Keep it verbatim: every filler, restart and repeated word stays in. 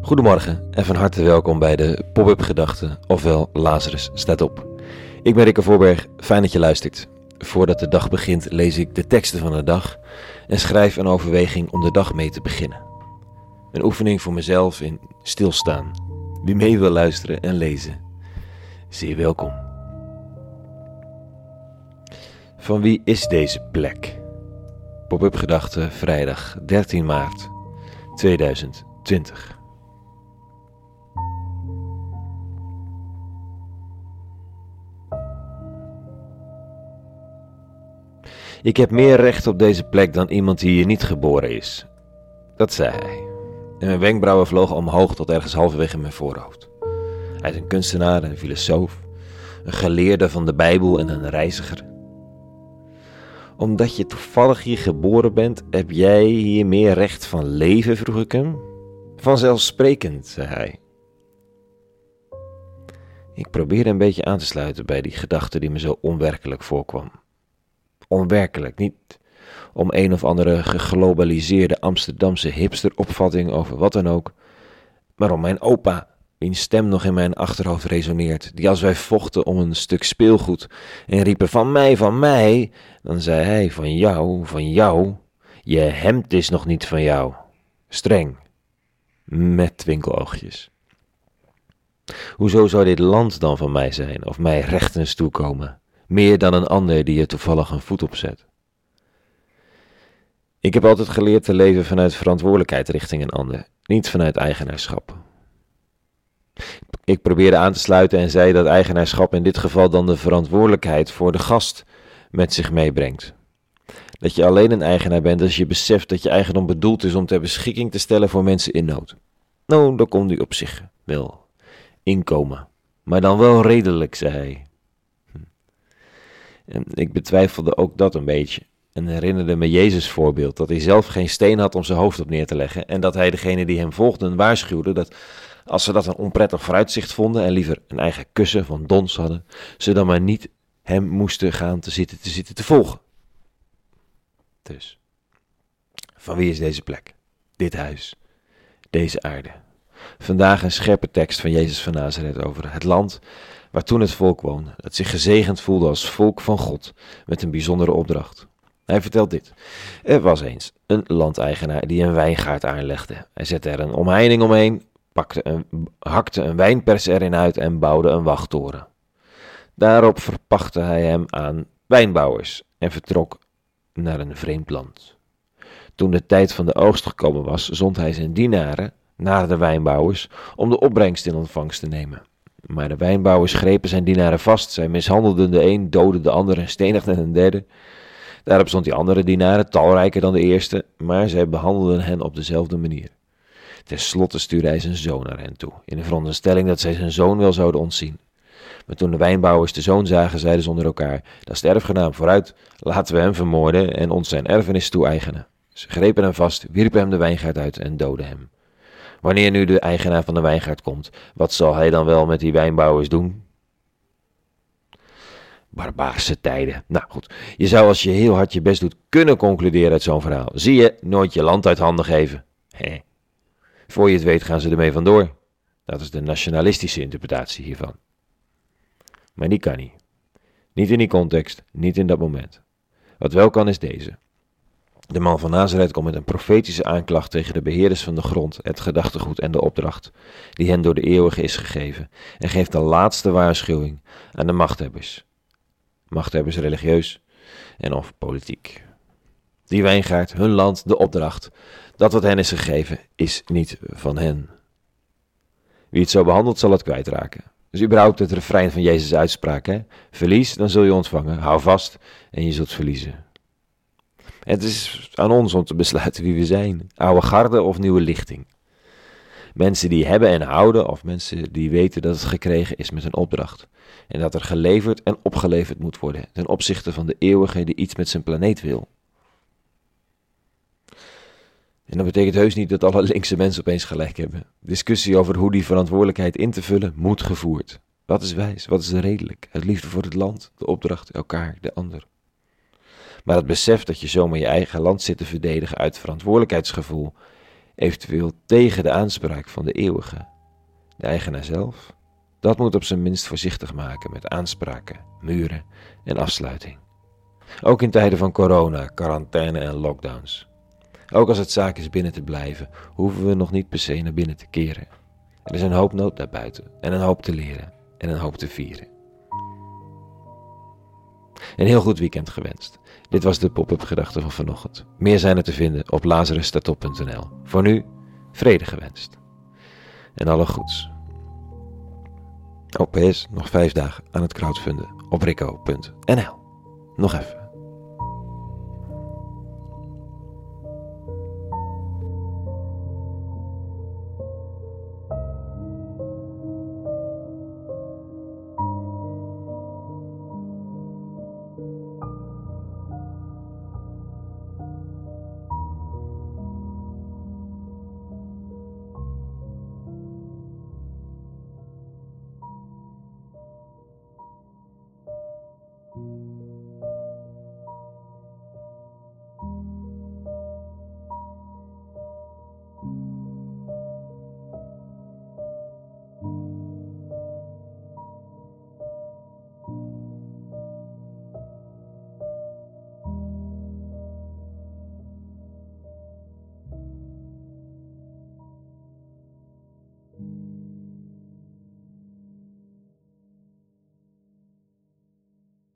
Goedemorgen en van harte welkom bij de Pop-up Gedachten, ofwel Lazarus staat op. Ik ben Rikke Voorberg, fijn dat je luistert. Voordat de dag begint lees ik de teksten van de dag en schrijf een overweging om de dag mee te beginnen. Een oefening voor mezelf in stilstaan. Wie mee wil luisteren en lezen, zeer welkom. Van wie is deze plek? Pop-up Gedachten, vrijdag dertien maart tweeduizend twintig. Ik heb meer recht op deze plek dan iemand die hier niet geboren is. Dat zei hij. En mijn wenkbrauwen vlogen omhoog tot ergens halverwege mijn voorhoofd. Hij is een kunstenaar, een filosoof, een geleerde van de Bijbel en een reiziger. Omdat je toevallig hier geboren bent, heb jij hier meer recht van leven, vroeg ik hem. Vanzelfsprekend, zei hij. Ik probeerde een beetje aan te sluiten bij die gedachte die me zo onwerkelijk voorkwam. Onwerkelijk, niet om een of andere geglobaliseerde Amsterdamse hipsteropvatting over wat dan ook, maar om mijn opa, wiens stem nog in mijn achterhoofd resoneert, die als wij vochten om een stuk speelgoed en riepen van mij, van mij, dan zei hij van jou, van jou, je hemd is nog niet van jou. Streng, met twinkeloogjes. Hoezo zou dit land dan van mij zijn of mij rechtens toekomen? Meer dan een ander die er toevallig een voet op zet. Ik heb altijd geleerd te leven vanuit verantwoordelijkheid richting een ander, niet vanuit eigenaarschap. Ik probeerde aan te sluiten en zei dat eigenaarschap in dit geval dan de verantwoordelijkheid voor de gast met zich meebrengt. Dat je alleen een eigenaar bent als je beseft dat je eigendom bedoeld is om ter beschikking te stellen voor mensen in nood. Nou, daar kon die op zich wel inkomen, maar dan wel redelijk, zei hij. En ik betwijfelde ook dat een beetje en herinnerde me Jezus' voorbeeld dat hij zelf geen steen had om zijn hoofd op neer te leggen en dat hij degene die hem volgden waarschuwde dat als ze dat een onprettig vooruitzicht vonden en liever een eigen kussen van dons hadden, ze dan maar niet hem moesten gaan te zitten te zitten te volgen. Dus, van wie is deze plek, dit huis, deze aarde? Vandaag een scherpe tekst van Jezus van Nazareth over het land waar toen het volk woonde, dat zich gezegend voelde als volk van God, met een bijzondere opdracht. Hij vertelt dit. Er was eens een landeigenaar die een wijngaard aanlegde. Hij zette er een omheining omheen, pakte een, hakte een wijnpers erin uit en bouwde een wachttoren. Daarop verpachtte hij hem aan wijnbouwers en vertrok naar een vreemd land. Toen de tijd van de oogst gekomen was, zond hij zijn dienaren naar de wijnbouwers om de opbrengst in ontvangst te nemen. Maar de wijnbouwers grepen zijn dienaren vast, zij mishandelden de een, doodden de ander en stenigden een derde. Daarop stond die andere dienaren, talrijker dan de eerste, maar zij behandelden hen op dezelfde manier. Ten slotte stuurde hij zijn zoon naar hen toe, in de veronderstelling dat zij zijn zoon wel zouden ontzien. Maar toen de wijnbouwers de zoon zagen, zeiden ze onder elkaar, dat is de erfgenaam, vooruit, laten we hem vermoorden en ons zijn erfenis toe-eigenen. Ze grepen hem vast, wierpen hem de wijngaard uit en doodden hem. Wanneer nu de eigenaar van de wijngaard komt, wat zal hij dan wel met die wijnbouwers doen? Barbaarse tijden. Nou goed, je zou als je heel hard je best doet kunnen concluderen uit zo'n verhaal. Zie je, nooit je land uit handen geven. Hé. Voor je het weet gaan ze ermee vandoor. Dat is de nationalistische interpretatie hiervan. Maar die kan niet. Niet in die context, niet in dat moment. Wat wel kan is deze. De man van Nazareth komt met een profetische aanklacht tegen de beheerders van de grond, het gedachtegoed en de opdracht, die hen door de eeuwige is gegeven, en geeft de laatste waarschuwing aan de machthebbers. Machthebbers religieus en of politiek. Die wijngaard, hun land, de opdracht, dat wat hen is gegeven, is niet van hen. Wie het zo behandelt, zal het kwijtraken. Dus überhaupt het refrein van Jezus' uitspraak, hè? Verlies, dan zul je ontvangen. Hou vast en je zult verliezen. Het is aan ons om te besluiten wie we zijn. Oude garde of nieuwe lichting. Mensen die hebben en houden of mensen die weten dat het gekregen is met een opdracht. En dat er geleverd en opgeleverd moet worden ten opzichte van de eeuwige die iets met zijn planeet wil. En dat betekent heus niet dat alle linkse mensen opeens gelijk hebben. Discussie over hoe die verantwoordelijkheid in te vullen moet gevoerd. Wat is wijs, wat is redelijk? Het liefde voor het land, de opdracht, elkaar, de ander. Maar het besef dat je zomaar je eigen land zit te verdedigen uit verantwoordelijkheidsgevoel eventueel tegen de aanspraak van de eeuwige. De eigenaar zelf, dat moet op zijn minst voorzichtig maken met aanspraken, muren en afsluiting. Ook in tijden van corona, quarantaine en lockdowns. Ook als het zaak is binnen te blijven, hoeven we nog niet per se naar binnen te keren. Er is een hoop nood daarbuiten en een hoop te leren en een hoop te vieren. Een heel goed weekend gewenst. Dit was de pop-up gedachte van vanochtend. Meer zijn er te vinden op lazarus staat op punt n l. Voor nu, vrede gewenst. En alle goeds. Oh, P S, nog vijf dagen aan het crowdfunden op rico punt n l. Nog even.